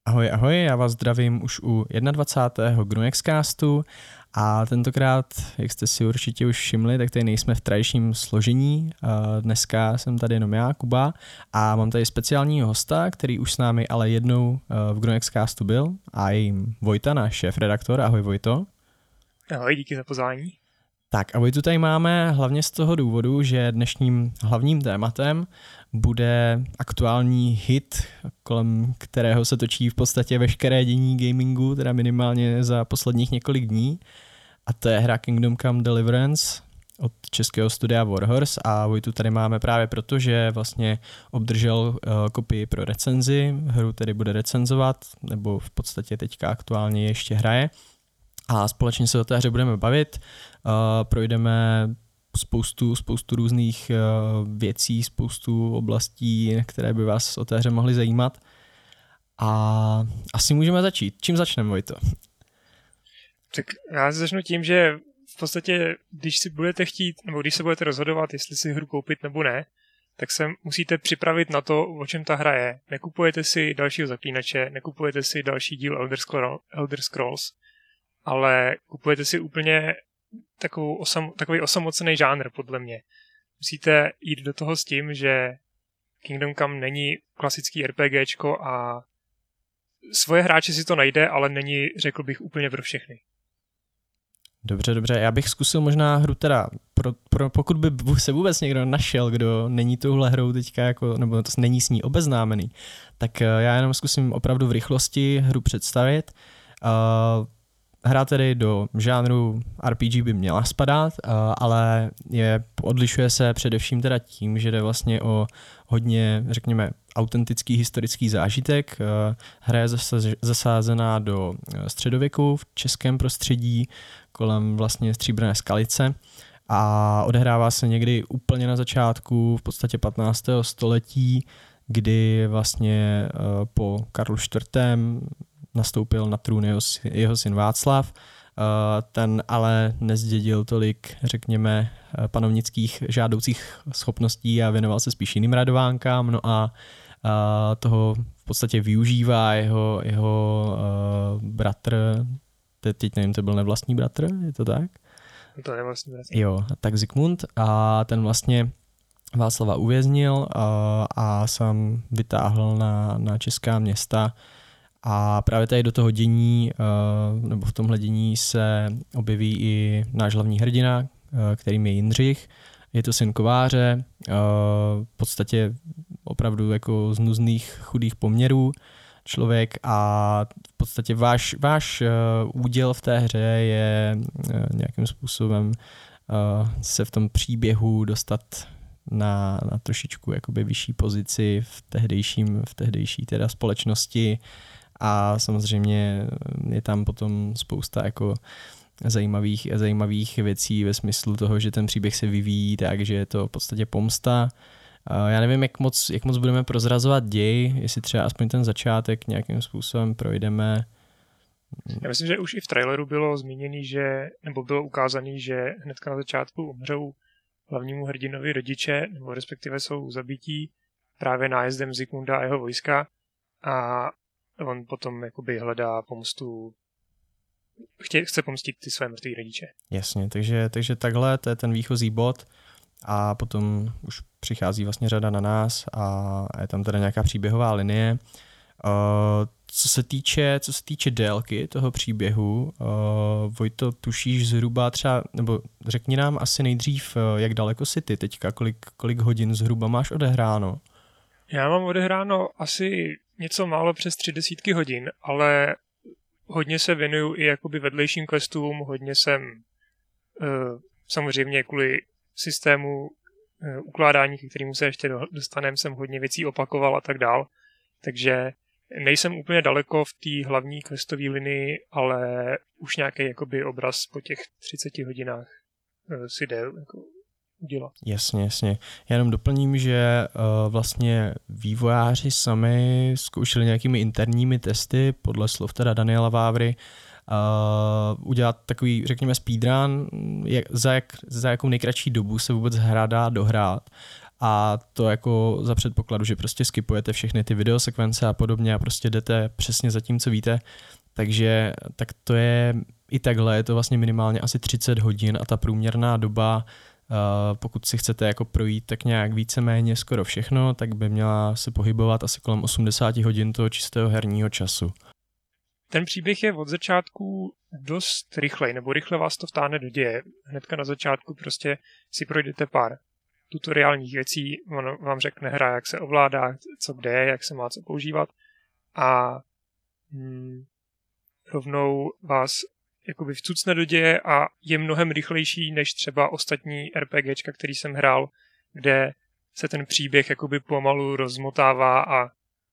Ahoj, ahoj, já vás zdravím už u 21. GNU/Castu a tentokrát, jak jste si určitě už všimli, tak tady nejsme v tradičním složení. Dneska jsem tady jenom já, Kuba, a mám tady speciálního hosta, který už s námi ale jednou v GNU/Castu byl, a jím Vojta, náš šéfredaktor. Ahoj Vojto. Ahoj, díky za pozvání. Tak a Vojtu tady máme hlavně z toho důvodu, že dnešním hlavním tématem bude aktuální hit, kolem kterého se točí v podstatě veškeré dění gamingu, teda minimálně za posledních několik dní. A to je hra Kingdom Come Deliverance od českého studia Warhorse. A Vojtu tady máme právě proto, že vlastně obdržel kopii pro recenzi. Hru tedy bude recenzovat, nebo v podstatě teďka aktuálně ještě hraje. A společně se o té hře budeme bavit. Projdeme spoustu různých věcí, spoustu oblastí, které by vás o té hře mohly zajímat. A asi můžeme začít. Čím začneme, Vojto? Tak já začnu tím, že v podstatě, když si budete chtít, nebo když se budete rozhodovat, jestli si hru koupit nebo ne, tak se musíte připravit na to, o čem ta hra je. Nekupujete si dalšího Zaklínače, nekupujete si další díl Elder Scrolls, ale kupujete si úplně takový osamocený žánr, podle mě. Musíte jít do toho s tím, že Kingdom Come není klasický RPGčko a svoje hráče si to najde, ale není, řekl bych, úplně pro všechny. Dobře, já bych zkusil možná hru teda, pokud by se vůbec někdo našel, kdo není touhle hrou teďka, jako, nebo to není s ní obeznámený, tak já jenom zkusím opravdu v rychlosti hru představit. Hra tedy do žánru RPG by měla spadat, ale odlišuje se především teda tím, že jde vlastně o hodně, řekněme, autentický historický zážitek. Hra je zasázená do středověku v českém prostředí kolem vlastně Stříbrné skalice a odehrává se někdy úplně na začátku, v podstatě 15. století, kdy vlastně po Karlu IV. Nastoupil na trůn jeho syn Václav. Ten ale nezdědil tolik, řekněme, panovnických žádoucích schopností a věnoval se spíš jiným radovánkám, no a toho v podstatě využívá jeho bratr, teď nevím, to byl nevlastní bratr, je to tak? To je nevlastní bratr. Jo, tak Zikmund, a ten vlastně Václava uvěznil a sám vytáhl na česká města. A právě tady do toho dění, nebo v tomhle dění se objeví i náš hlavní hrdina, kterým je Jindřich. Je to syn kováře, v podstatě opravdu jako z nuzných chudých poměrů člověk, a v podstatě váš úděl v té hře je nějakým způsobem se v tom příběhu dostat na trošičku jakoby vyšší pozici v tehdejší teda společnosti. A samozřejmě je tam potom spousta jako zajímavých věcí ve smyslu toho, že ten příběh se vyvíjí tak, že je to v podstatě pomsta. Já nevím, jak moc budeme prozrazovat děj, jestli třeba aspoň ten začátek nějakým způsobem projdeme. Já myslím, že už i v traileru bylo zmíněný, nebo bylo ukázaný, že hnedka na začátku umřou hlavnímu hrdinovi rodiče, nebo respektive jsou zabití právě nájezdem Zikmunda a jeho vojska, a on potom jakoby hledá pomstu, chce pomstit ty své mrtvé rodiče. Jasně, takže takhle, to je ten výchozí bod a potom už přichází vlastně řada na nás a je tam teda nějaká příběhová linie. Co se týče délky toho příběhu, Vojto, tušíš zhruba třeba, nebo řekni nám asi nejdřív, jak daleko jsi ty teďka, kolik hodin zhruba máš odehráno? Já mám odehráno asi něco málo přes 30 hodin, ale hodně se věnuju i jakoby vedlejším questům, hodně jsem samozřejmě kvůli systému ukládání, ke kterému se ještě dostaneme, jsem hodně věcí opakoval a tak dál, takže nejsem úplně daleko v té hlavní questové linii, ale už nějaký jakoby obraz po těch 30 hodinách si jde jako udělat. Jasně. Já jenom doplním, že vlastně vývojáři sami zkoušeli nějakými interními testy, podle slov teda Daniela Vávry, udělat takový, řekněme, speedrun, za jakou nejkratší dobu se vůbec hra dá dohrát. a to jako za předpokladu, že prostě skipujete všechny ty videosekvence a podobně a prostě jdete přesně za tím, co víte. Takže tak to je i takhle, je to vlastně minimálně asi 30 hodin a ta průměrná doba, pokud si chcete jako projít tak nějak víceméně skoro všechno, tak by měla se pohybovat asi kolem 80 hodin toho čistého herního času. Ten příběh je od začátku dost rychlej, nebo rychle vás to vtáhne do děje. Hnedka na začátku prostě si projdete pár tutoriálních věcí, on vám řekne hra, jak se ovládá, co kde je, jak se má co používat a rovnou vás jakoby vcucne do děje a je mnohem rychlejší než třeba ostatní RPGčka, který jsem hrál, kde se ten příběh jakoby pomalu rozmotává a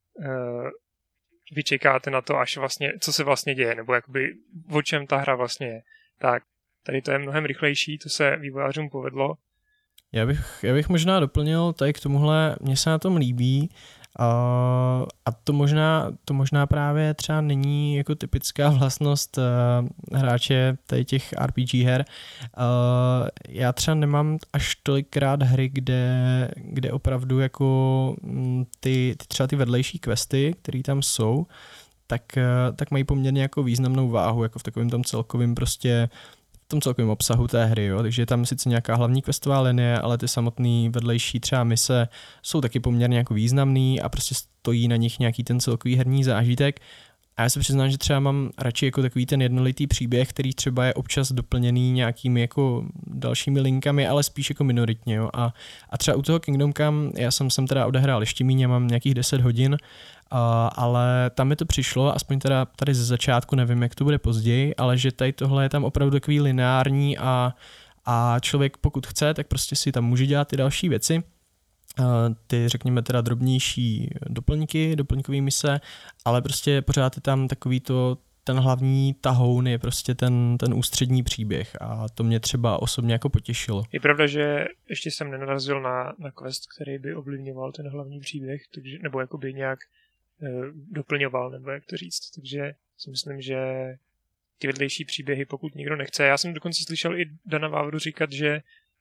vy čekáte na to, až vlastně, co se vlastně děje, nebo jakoby o čem ta hra vlastně je. Tak tady to je mnohem rychlejší, to se vývojářům povedlo. Já bych možná doplnil tady k tomuhle, mně se na tom líbí a to možná právě třeba není jako typická vlastnost hráče tady těch RPG her. Já třeba nemám až tolikrát hry, kde opravdu jako třeba ty vedlejší questy, které tam jsou, tak mají poměrně jako významnou váhu, jako v takovém tom celkovém prostě v tom celkovém obsahu té hry, jo? Takže je tam sice nějaká hlavní questová linie, ale ty samotné vedlejší třeba mise jsou taky poměrně jako významný a prostě stojí na nich nějaký ten celkový herní zážitek. A já se přiznám, že třeba mám radši jako takový ten jednolitý příběh, který třeba je občas doplněný nějakými jako dalšími linkami, ale spíš jako minoritně. Jo? A třeba u toho Kingdom Come, já jsem teda odehrál ještě míň, mám nějakých 10 hodin, ale tam mi to přišlo, aspoň teda tady ze začátku, nevím, jak to bude později, ale že tady tohle je tam opravdu takový lineární a člověk pokud chce, tak prostě si tam může dělat ty další věci. Ty, řekněme teda drobnější doplňkové mise, ale prostě pořád je tam takový ten hlavní tahoun je prostě ten ústřední příběh a to mě třeba osobně jako potěšilo. Je pravda, že ještě jsem nenarazil na quest, který by ovlivňoval ten hlavní příběh, takže, nebo jakoby nějak doplňoval, nebo jak to říct, takže si myslím, že ty vedlejší příběhy, pokud nikdo nechce. Já jsem dokonce slyšel i Dana Vávru říkat, že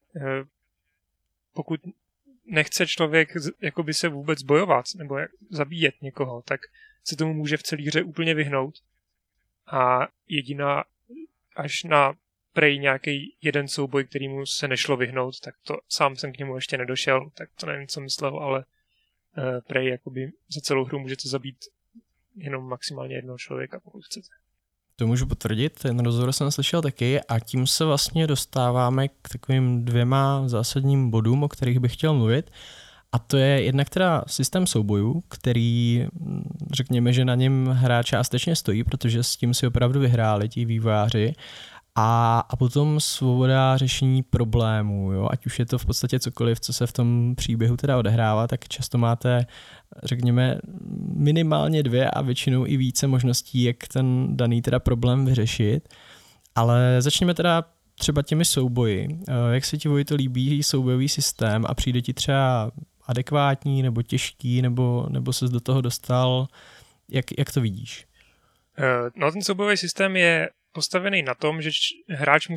pokud nechce člověk jakoby se vůbec bojovat nebo zabíjet někoho, tak se tomu může v celé hře úplně vyhnout a jediná až na prej nějaký jeden souboj, kterýmu se nešlo vyhnout, tak to sám jsem k němu ještě nedošel, tak to nevím, co myslel, ale prej jakoby za celou hru můžete zabít jenom maximálně jednoho člověka, pokud chcete. To můžu potvrdit, ten rozhovor jsem slyšel taky a tím se vlastně dostáváme k takovým 2 zásadním bodům, o kterých bych chtěl mluvit. A to je jednak teda systém soubojů, který řekněme, že na něm hra částečně stojí, protože s tím si opravdu vyhráli ti vývojáři. A potom svoboda řešení problémů, jo? Ať už je to v podstatě cokoliv, co se v tom příběhu teda odehrává, tak často máte, řekněme, minimálně 2 a většinou i více možností, jak ten daný teda problém vyřešit. Ale začněme teda třeba těmi souboji. Jak se ti, Vojto, líbí soubojový systém a přijde ti třeba adekvátní nebo těžký, nebo ses do toho dostal, jak to vidíš? No, ten soubojový systém je postavený na tom, že hráč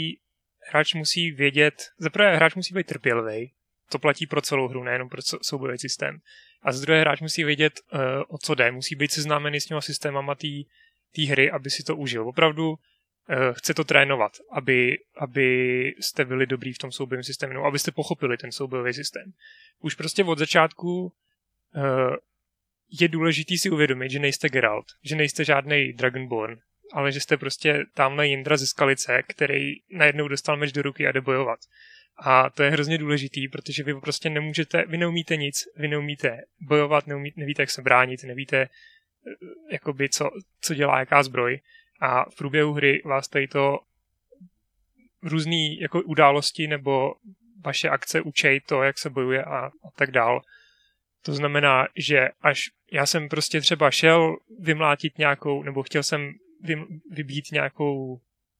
musí vědět, zaprvé hráč musí být trpělivý, to platí pro celou hru, nejenom pro soubojový systém. A z druhé hráč musí vědět, o co jde, musí být seznámený s těma systémama té hry, aby si to užil. Opravdu chce to trénovat, aby jste byli dobrý v tom soubojovém systému, nebo abyste pochopili ten soubojový systém. Už prostě od začátku je důležitý si uvědomit, že nejste Geralt, že nejste žádnej Dragonborn, ale že jste prostě tamhle Jindra ze Skalice, který najednou dostal meč do ruky a jde bojovat. A to je hrozně důležitý, protože vy prostě vy neumíte nic, vy neumíte bojovat, nevíte, jak se bránit, nevíte, jakoby, co dělá jaká zbroj. A v průběhu hry vás tady to různý jako události nebo vaše akce učej to, jak se bojuje a tak dál. To znamená, že až já jsem prostě třeba šel vymlátit nějakou, nebo chtěl jsem vybít nějakou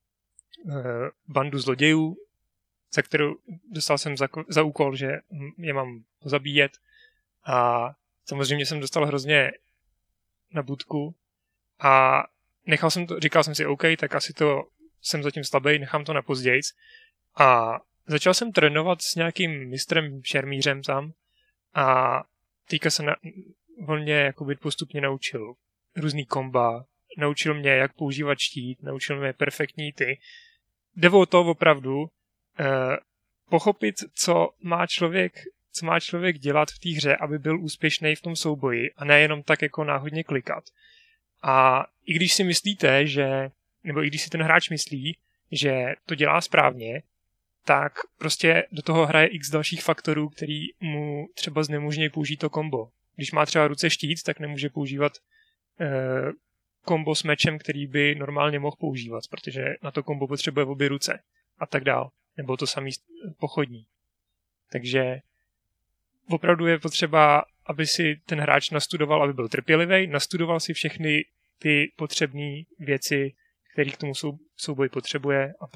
bandu zlodějů, za kterou dostal jsem za úkol, že je mám zabíjet. A samozřejmě jsem dostal hrozně na budku a říkal jsem si OK, tak asi to jsem zatím slabý, nechám to na pozdějc. A začal jsem trénovat s nějakým mistrem šermířem tam a teďka se on mě jakoby postupně naučil různý komba, naučil mě, jak používat štít, naučil mě perfektní ty. Jde o to opravdu pochopit, co má člověk dělat v té hře, aby byl úspěšný v tom souboji a nejenom tak jako náhodně klikat. A i když si myslíte, nebo i když si ten hráč myslí, že to dělá správně, tak prostě do toho hraje x dalších faktorů, který mu třeba znemožňují použít to kombo. Když má třeba ruce štít, tak nemůže používat kombo s mečem, který by normálně mohl používat, protože na to kombo potřebuje obě ruce a tak dál. Nebo to samý pochodní. Takže opravdu je potřeba, aby si ten hráč nastudoval, aby byl trpělivý, nastudoval si všechny ty potřebné věci, které k tomu souboj potřebuje a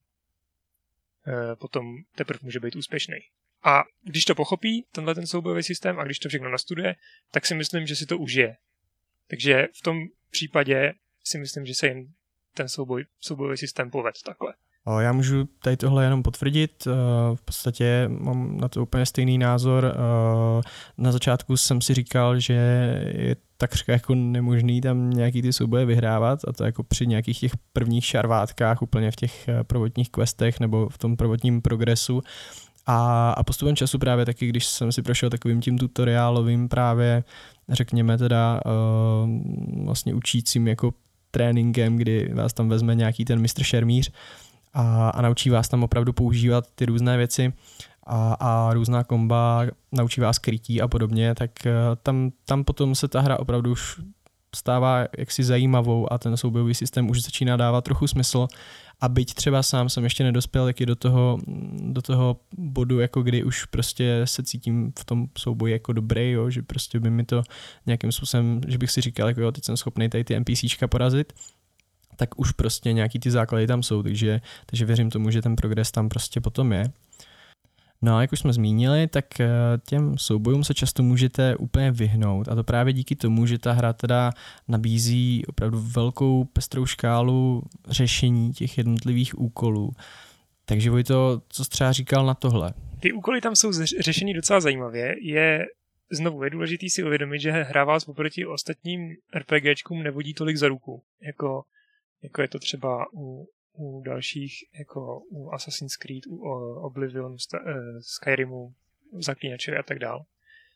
potom teprve může být úspěšný. A když to pochopí, tenhle ten soubojový systém, a když to všechno nastuduje, tak si myslím, že si to užije. Takže v tom případě si myslím, že se jim ten soubojový systém povede takhle. Já můžu tady tohle jenom potvrdit, v podstatě mám na to úplně stejný názor. Na začátku jsem si říkal, že je takřka jako nemožný tam nějaký ty souboje vyhrávat a to jako při nějakých těch prvních šarvátkách úplně v těch prvotních questech nebo v tom prvotním progresu. A postupem času právě taky, když jsem si prošel takovým tím tutoriálovým právě, řekněme teda vlastně učícím jako tréninkem, kdy vás tam vezme nějaký ten mistr šermíř a naučí vás tam opravdu používat ty různé věci a různá komba, naučí vás krytí a podobně, tak tam potom se ta hra opravdu už stává jaksi zajímavou a ten soubojový systém už začíná dávat trochu smysl. A byť třeba sám jsem ještě nedospěl taky do toho bodu, jako kdy už prostě se cítím v tom souboji jako dobrý, jo, že prostě by mi to nějakým způsobem, že bych si říkal, jako jo, teď jsem schopný tady ty NPCčka porazit, tak už prostě nějaký ty základy tam jsou, takže věřím tomu, že ten progres tam prostě potom je. No a jak už jsme zmínili, tak těm soubojům se často můžete úplně vyhnout a to právě díky tomu, že ta hra teda nabízí opravdu velkou pestrou škálu řešení těch jednotlivých úkolů. Takže Vojto, co jsi třeba říkal na tohle? Ty úkoly tam jsou řešení docela zajímavě. Je důležitý si uvědomit, že hra vás oproti ostatním RPGčkům nevodí tolik za ruku, jako je to třeba u dalších, jako u Assassin's Creed, u Oblivion, Skyrimu, Zaklínačovi a tak dál.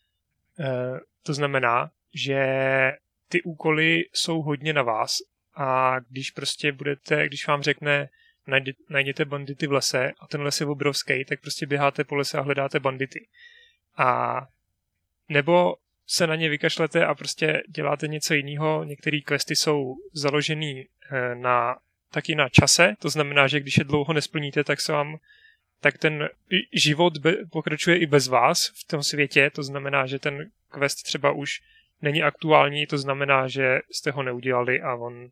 To znamená, že ty úkoly jsou hodně na vás a když vám řekne najděte bandity v lese a ten les je obrovský, tak prostě běháte po lese a hledáte bandity. A nebo se na ně vykašlete a prostě děláte něco jiného. Některé questy jsou založený taky na čase, to znamená, že když je dlouho nesplníte, tak ten život pokračuje i bez vás v tom světě, to znamená, že ten quest třeba už není aktuální, to znamená, že jste ho neudělali a on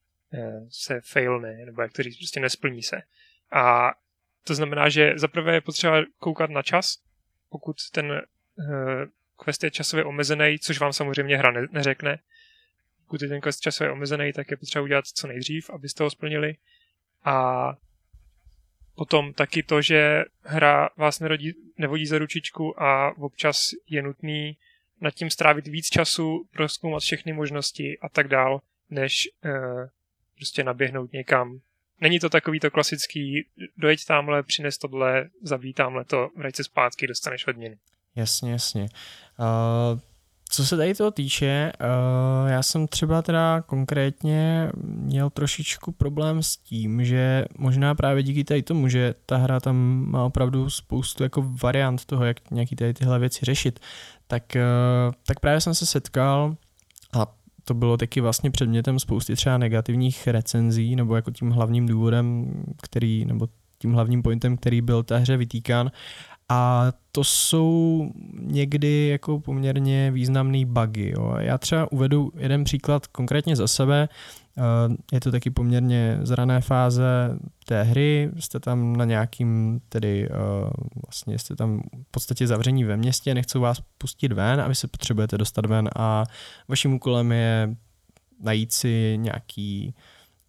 se failne, nebo jak to říct, prostě nesplní se. A to znamená, že zaprvé je potřeba koukat na čas, pokud ten quest je časově omezený, což vám samozřejmě hra neřekne. Pokud je ten quest časově omezený, tak je potřeba udělat co nejdřív, abyste ho splnili. A potom taky to, že hra vás nevodí za ručičku a občas je nutný nad tím strávit víc času, prozkoumat všechny možnosti a tak dál, než prostě naběhnout někam. Není to takový to klasický, dojeď tamhle, přines tohle, zabij tamhle to, vrať se zpátky, dostaneš odměny. Jasně. Co se tady toho týče, já jsem třeba teda konkrétně měl trošičku problém s tím, že možná právě díky tady tomu, že ta hra tam má opravdu spoustu jako variant toho, jak nějaký tady tyhle věci řešit, tak právě jsem se setkal a to bylo taky vlastně předmětem spousty třeba negativních recenzí, nebo jako tím hlavním důvodem, nebo tím hlavním pointem, který byl té hře vytýkán. A to jsou někdy jako poměrně významný bugy. Jo. Já třeba uvedu jeden příklad konkrétně za sebe. Je to taky poměrně z rané fáze té hry. Jste tam na nějakým, vlastně jste tam v podstatě zavření ve městě, nechcou vás pustit ven a vy se potřebujete dostat ven a vaším úkolem je najít si nějaký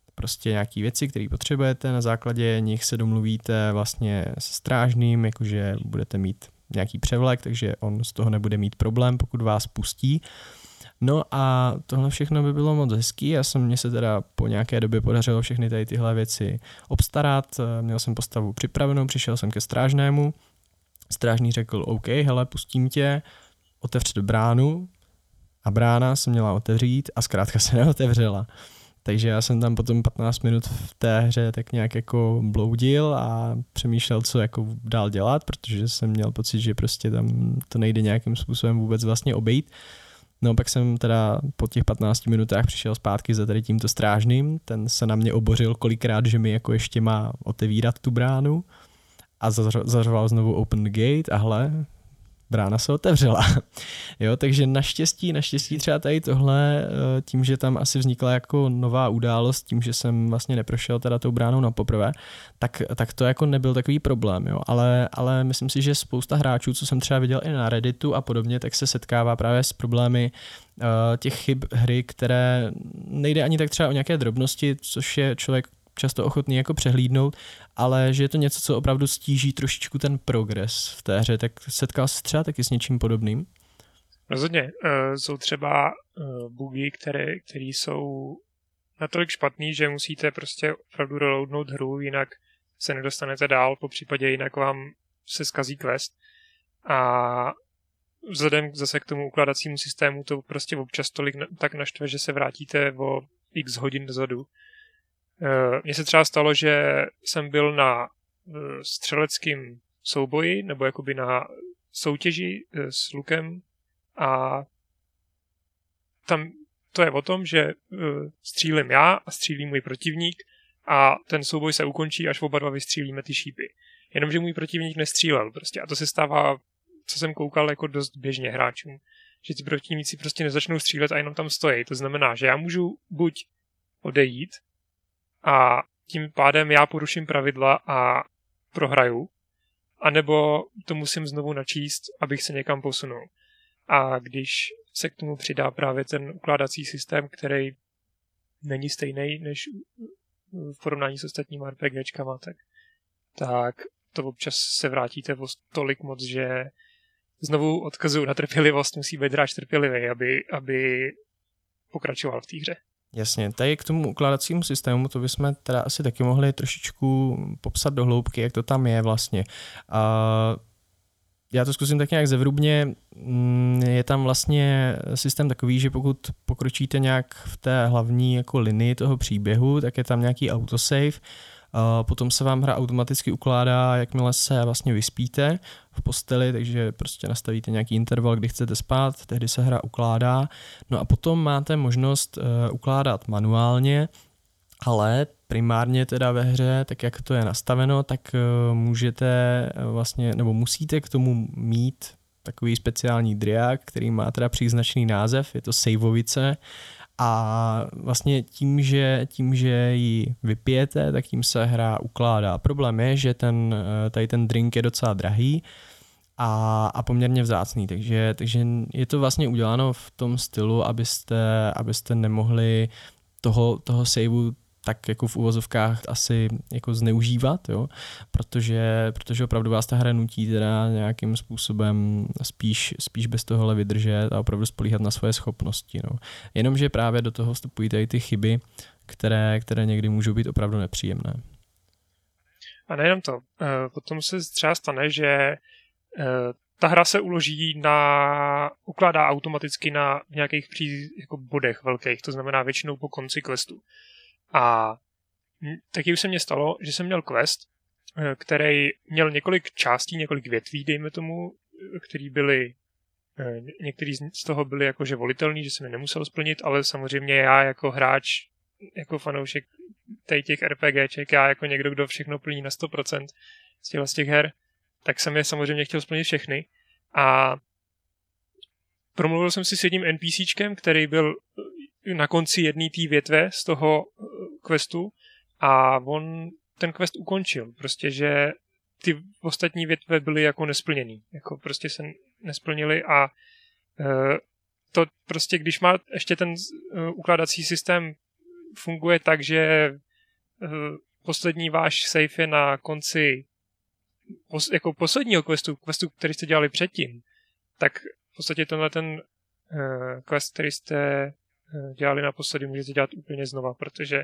prostě nějaký věci, které potřebujete, na základě nich se domluvíte vlastně se strážným, jakože budete mít nějaký převlek, takže on z toho nebude mít problém, pokud vás pustí. No a tohle všechno by bylo moc hezký, mně se teda po nějaké době podařilo všechny tady tyhle věci obstarat, měl jsem postavu připravenou, přišel jsem ke strážnému, strážný řekl OK, hele, pustím tě, otevř bránu a brána se měla otevřít a zkrátka se neotevřela. Takže já jsem tam potom 15 minut v té hře tak nějak jako bloudil a přemýšlel, co jako dál dělat, protože jsem měl pocit, že prostě tam to nejde nějakým způsobem vůbec vlastně obejít. No pak jsem teda po těch 15 minutách přišel zpátky za tady tímto strážným, ten se na mě obořil kolikrát, že mi jako ještě má otevírat tu bránu a zařval znovu open the gate a hle, brána se otevřela. Jo, takže naštěstí třeba tady tohle, tím, že tam asi vznikla jako nová událost, tím, že jsem vlastně neprošel teda tou bránou na poprvé, tak to jako nebyl takový problém, jo, ale myslím si, že spousta hráčů, co jsem třeba viděl i na Redditu a podobně, tak se setkává právě s problémy těch chyb hry, které nejde ani tak třeba o nějaké drobnosti, což je člověk často ochotný jako přehlídnout, ale že je to něco, co opravdu stíží trošičku ten progres v té hře, tak setkal jsi třeba taky s něčím podobným? Rozhodně. Jsou třeba bugy, které jsou natolik špatný, že musíte prostě opravdu reloadnout hru, jinak se nedostanete dál, popřípadě jinak vám se zkazí quest. A vzhledem zase k tomu ukládacímu systému to prostě občas tolik tak naštve, že se vrátíte o x hodin dozadu. Mně se třeba stalo, že jsem byl na střeleckém souboji, nebo jakoby na soutěži s lukem a tam to je o tom, že střílím já a střílí můj protivník a ten souboj se ukončí, až oba dva vystřílíme ty šípy. Jenomže můj protivník nestřílel prostě a to se stává, co jsem koukal, jako dost běžně hráčům, že ty protivníci prostě nezačnou střílet a jenom tam stojí. To znamená, že já můžu buď odejít a tím pádem já poruším pravidla a prohraju, anebo to musím znovu načíst, abych se někam posunul. A když se k tomu přidá právě ten ukládací systém, který není stejný než v porovnání s ostatními RPGčkama, tak to občas se vrátíte o tolik moc, že znovu odkazuju na trpělivost, musí být hráč trpělivý, aby pokračoval v té hře. Jasně, tady k tomu ukládacímu systému, to bychom teda asi taky mohli trošičku popsat do hloubky, jak to tam je vlastně. Já to zkusím tak nějak zevrubně. Je tam vlastně systém takový, že pokud pokročíte nějak v té hlavní jako linii toho příběhu, tak je tam nějaký autosave. Potom se vám hra automaticky ukládá, jakmile se vlastně vyspíte v posteli, takže prostě nastavíte nějaký interval, kdy chcete spát, tehdy se hra ukládá. No a potom máte možnost ukládat manuálně, ale primárně teda ve hře, tak jak to je nastaveno, tak můžete vlastně, nebo musíte k tomu mít takový speciální driak, který má teda příznačný název, je to saveovice. A vlastně tím, že ji vypijete, tak tím se hra ukládá. Problém je, že tady ten drink je docela drahý a poměrně vzácný, takže je to vlastně uděláno v tom stylu, abyste nemohli toho saveu tak jako v uvozovkách asi jako zneužívat, jo? Protože opravdu vás ta hra nutí teda nějakým způsobem spíš bez tohohle vydržet a opravdu spolíhat na svoje schopnosti. No. Jenomže právě do toho vstupují tady ty chyby, které někdy můžou být opravdu nepříjemné. A nejenom to. Potom se třeba stane, že ta hra se ukládá automaticky na nějakých jako bodech velkých, to znamená většinou po konci questu. A taky už se mně stalo, že jsem měl quest, který měl několik částí, několik větví, dejme tomu, který byly, některý z toho byly jakože volitelný, že jsem je nemusel splnit, ale samozřejmě já jako hráč, jako fanoušek těch RPGček, já jako někdo, kdo všechno plní na 100% z těch her, tak jsem je samozřejmě chtěl splnit všechny. A promluvil jsem si s jedním NPCčkem, který byl na konci jedné té větve z toho questu a on ten quest ukončil. Prostě, že ty ostatní větve byly jako nesplněný. Jako prostě se nesplnily a to prostě, když má ještě ten ukládací systém funguje tak, že poslední váš save je na konci jako posledního questu, který jste dělali předtím, tak v podstatě tenhle ten quest, který jste dělali naposledy, můžete dělat úplně znova, protože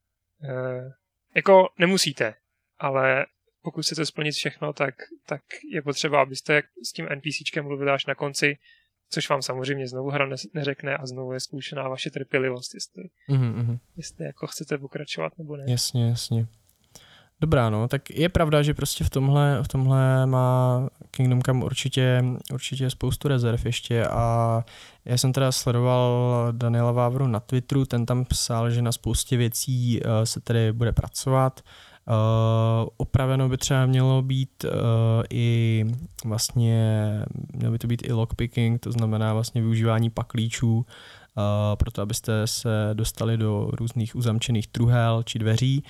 jako nemusíte, ale pokud chcete splnit všechno, tak je potřeba, abyste s tím NPCčkem mluvili až na konci, což vám samozřejmě znovu hra neřekne a znovu je zkoušená vaše trpělivost, jestli jako chcete pokračovat nebo ne. Jasně. Dobrá, no, tak je pravda, že prostě v tomhle má Kingdom Come určitě spoustu rezerv ještě a já jsem teda sledoval Daniela Vávru na Twitteru, ten tam psal, že na spoustě věcí se tedy bude pracovat. Opraveno by třeba mělo být i vlastně, mělo by to být i lockpicking, to znamená vlastně využívání paklíčů, proto abyste se dostali do různých uzamčených truhel či dveří.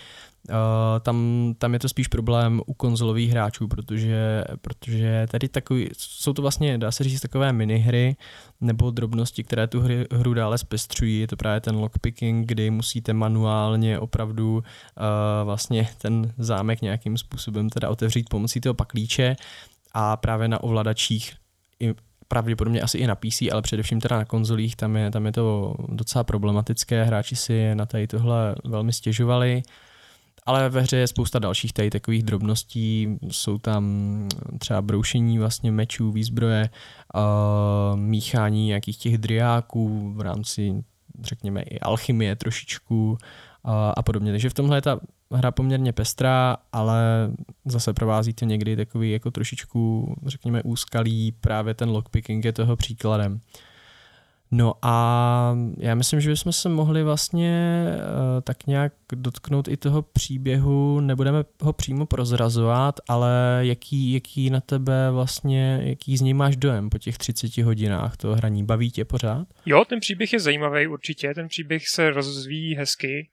Tam je to spíš problém u konzolových hráčů, protože tady jsou to vlastně, dá se říct, takové minihry nebo drobnosti, které tu hru dále zpestřují. Je to právě ten lockpicking, kdy musíte manuálně opravdu vlastně ten zámek nějakým způsobem teda otevřít pomocí toho paklíče a právě na ovladačích pravděpodobně asi i na PC, ale především teda na konzolích, tam je to docela problematické, hráči si na tady tohle velmi stěžovali, ale ve hře je spousta dalších tady takových drobností, jsou tam třeba broušení vlastně mečů, výzbroje, míchání nějakých těch driáků v rámci, řekněme, i alchymie trošičku a podobně, takže v tomhle je ta hra poměrně pestrá, ale zase provází to někdy takový jako trošičku, řekněme, úskalí, právě ten lockpicking je toho příkladem. No a já myslím, že bychom se mohli vlastně tak nějak dotknout i toho příběhu, nebudeme ho přímo prozrazovat, ale jaký na tebe vlastně, jaký z něj máš dojem po těch 30 hodinách toho hraní, baví tě pořád? Jo, ten příběh je zajímavý určitě, ten příběh se rozvíjí hezky,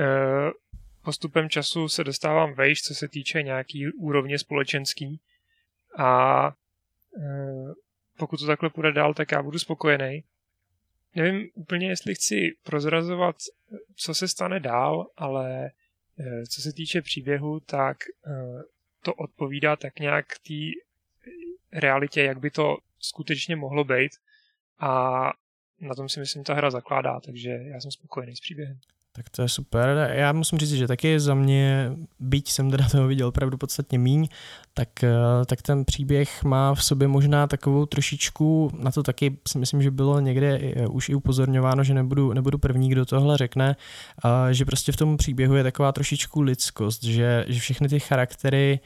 postupem času se dostávám vejš, co se týče nějaký úrovně společenský a pokud to takhle půjde dál, tak já budu spokojený. Nevím úplně, jestli chci prozrazovat, co se stane dál, ale co se týče příběhu, tak to odpovídá tak nějak té realitě, jak by to skutečně mohlo být a na tom si myslím ta hra zakládá, takže já jsem spokojený s příběhem. Tak to je super. Já musím říct, že taky za mě, byť jsem teda toho viděl opravdu podstatně míň, tak ten příběh má v sobě možná takovou trošičku, na to taky si myslím, že bylo někde už i upozorňováno, že nebudu první, kdo tohle řekne, že prostě v tom příběhu je taková trošičku lidskost, že všechny ty charaktery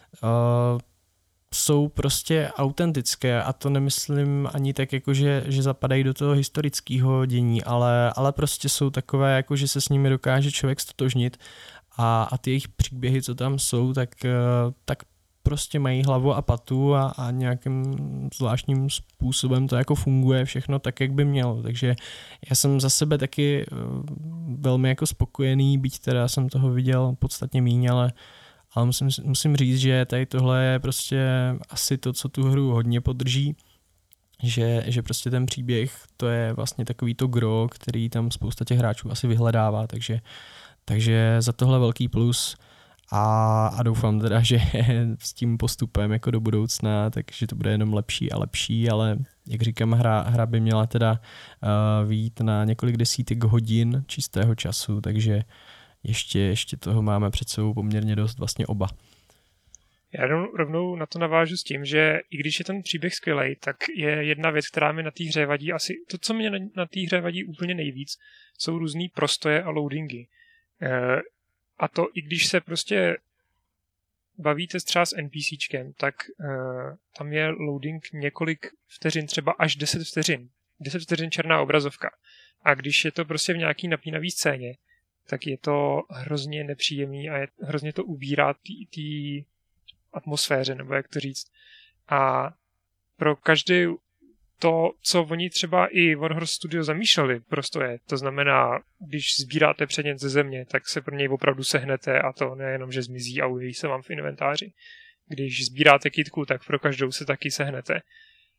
jsou prostě autentické a to nemyslím ani tak jako, že zapadají do toho historického dění, ale prostě jsou takové, jako že se s nimi dokáže člověk stotožnit a ty jejich příběhy, co tam jsou, tak prostě mají hlavu a patu a nějakým zvláštním způsobem to jako funguje všechno tak, jak by mělo. Takže já jsem za sebe taky velmi jako spokojený, byť teda jsem toho viděl podstatně míň, ale musím říct, že tady tohle je prostě asi to, co tu hru hodně podrží, že prostě ten příběh, to je vlastně takový to gro, který tam spousta těch hráčů asi vyhledává, takže za tohle velký plus a doufám teda, že s tím postupem jako do budoucna, takže to bude jenom lepší a lepší, ale jak říkám, hra by měla teda vyjít na několik desítek hodin čistého času, takže ještě toho máme před sebou poměrně dost vlastně oba. Já rovnou na to navážu s tím, že i když je ten příběh skvělej, tak je jedna věc, která mi na té hře vadí asi, to, co mě na té hře vadí úplně nejvíc, jsou různý prostoje a loadingy. A to i když se prostě bavíte třeba s NPCčkem, tak tam je loading několik vteřin, třeba až 10 vteřin. 10 vteřin černá obrazovka. A když je to prostě v nějaký napínavý scéně, tak je to hrozně nepříjemný a hrozně to ubírá té atmosféře, nebo jak to říct. A pro každý to, co oni třeba i Warhorse Studio zamýšleli, prostoje, to znamená, když sbíráte předmět ze země, tak se pro něj opravdu sehnete a to nejenom, že zmizí a ujeví se vám v inventáři. Když sbíráte kytku, tak pro každou se taky sehnete.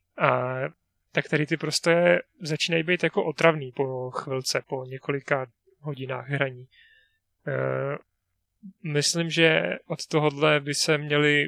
Tak tady ty prostoje začínají být jako otravný po chvilce, po několika hodinách hraní. Myslím, že od tohohle by se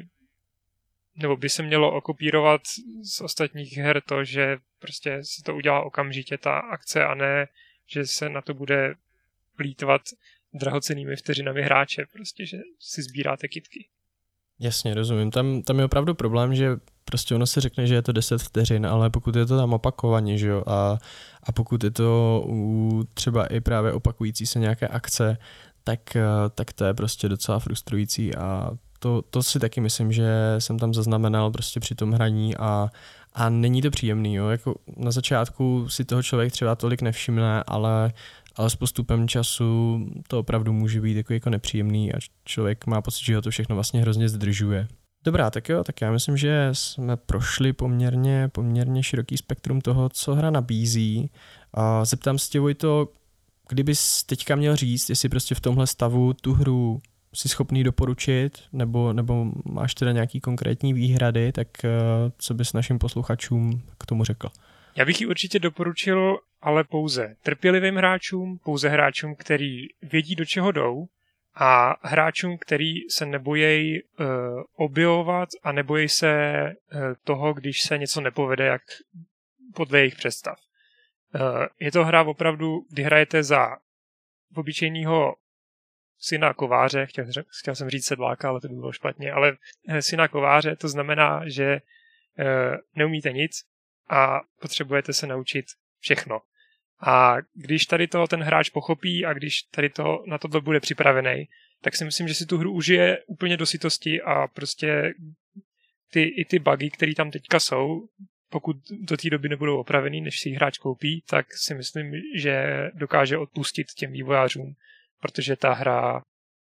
mělo okopírovat z ostatních her to, že prostě se to udělá okamžitě ta akce a ne, že se na to bude plýtvat drahocennými vteřinami hráče, prostě, že si sbíráte kitky. Jasně, rozumím. Tam je opravdu problém, že prostě ono se řekne, že je to 10 vteřin, ale pokud je to tam opakovaně, že jo, a pokud je to třeba i právě opakující se nějaké akce, tak to je prostě docela frustrující a to si taky myslím, že jsem tam zaznamenal prostě při tom hraní a není to příjemný, jo, jako na začátku si toho člověk třeba tolik nevšimne, ale s postupem času to opravdu může být jako nepříjemný a člověk má pocit, že ho to všechno vlastně hrozně zdržuje. Dobrá, tak jo, tak já myslím, že jsme prošli poměrně široký spektrum toho, co hra nabízí. A zeptám se tě, Vojto, kdybys teďka měl říct, jestli prostě v tomhle stavu tu hru jsi schopný doporučit, nebo máš teda nějaký konkrétní výhrady, tak co bys našim posluchačům k tomu řekl? Já bych ji určitě doporučil, ale pouze trpělivým hráčům, pouze hráčům, který vědí, do čeho jdou, a hráčům, který se nebojí objevovat a nebojí se toho, když se něco nepovede, jak podle jejich představ. Je to hra opravdu, kdy hrajete za obyčejného syna kováře, chtěl jsem říct sedláka, ale to by bylo špatně, ale syna kováře, to znamená, že neumíte nic a potřebujete se naučit všechno. A když tady to ten hráč pochopí a když tady to na tohle bude připravený, tak si myslím, že si tu hru užije úplně do sytosti a prostě ty bugy, které tam teďka jsou, pokud do té doby nebudou opravený, než si ji hráč koupí, tak si myslím, že dokáže odpustit těm vývojářům, protože ta hra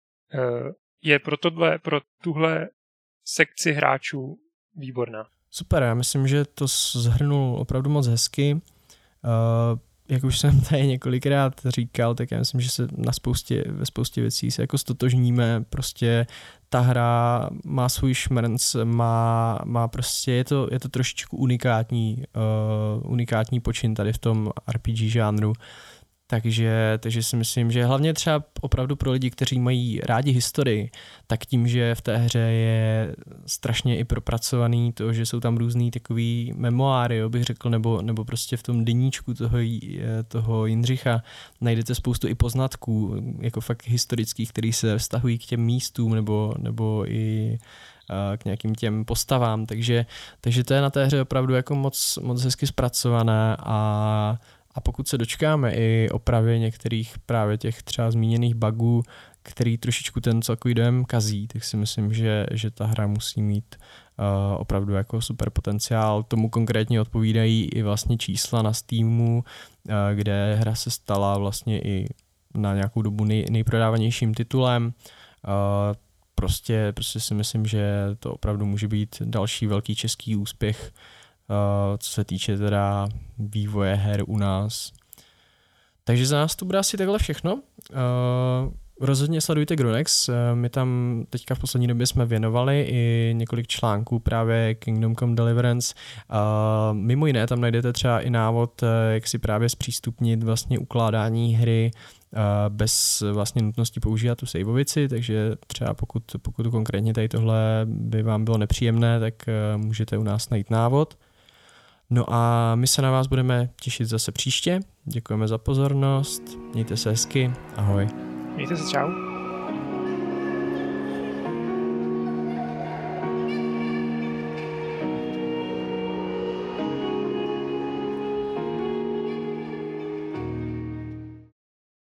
je pro tuhle sekci hráčů výborná. Super, já myslím, že to shrnul opravdu moc hezky. Jak už jsem tady několikrát říkal, tak já myslím, že se ve spoustě věcí se jako stotožníme, prostě ta hra má svůj šmrnc, má prostě, je to trošičku unikátní počin tady v tom RPG žánru, takže si myslím, že hlavně třeba opravdu pro lidi, kteří mají rádi historii, tak tím, že v té hře je strašně i propracovaný to, že jsou tam různý takový memoáry, jo, bych řekl, nebo prostě v tom deníčku toho Jindřicha najdete spoustu i poznatků, jako fakt historických, který se vztahují k těm místům nebo i k nějakým těm postavám, takže to je na té hře opravdu jako moc hezky zpracované a pokud se dočkáme i opravě některých právě těch třeba zmíněných bugů, který trošičku ten celkový dojem kazí, tak si myslím, že ta hra musí mít opravdu jako super potenciál. Tomu konkrétně odpovídají i vlastně čísla na Steamu, kde hra se stala vlastně i na nějakou dobu nejprodávanějším titulem. Prostě si myslím, že to opravdu může být další velký český úspěch, co se týče teda vývoje her u nás. Takže za nás to bude asi takhle všechno. Rozhodně sledujte Grunex, my tam teďka v poslední době jsme věnovali i několik článků právě Kingdom Come Deliverance. Mimo jiné tam najdete třeba i návod, jak si právě zpřístupnit vlastně ukládání hry bez vlastně nutnosti používat tu saveovici, takže třeba pokud konkrétně tady tohle by vám bylo nepříjemné, tak můžete u nás najít návod. No a my se na vás budeme těšit zase příště. Děkujeme za pozornost, mějte se hezky, ahoj. Mějte se, čau.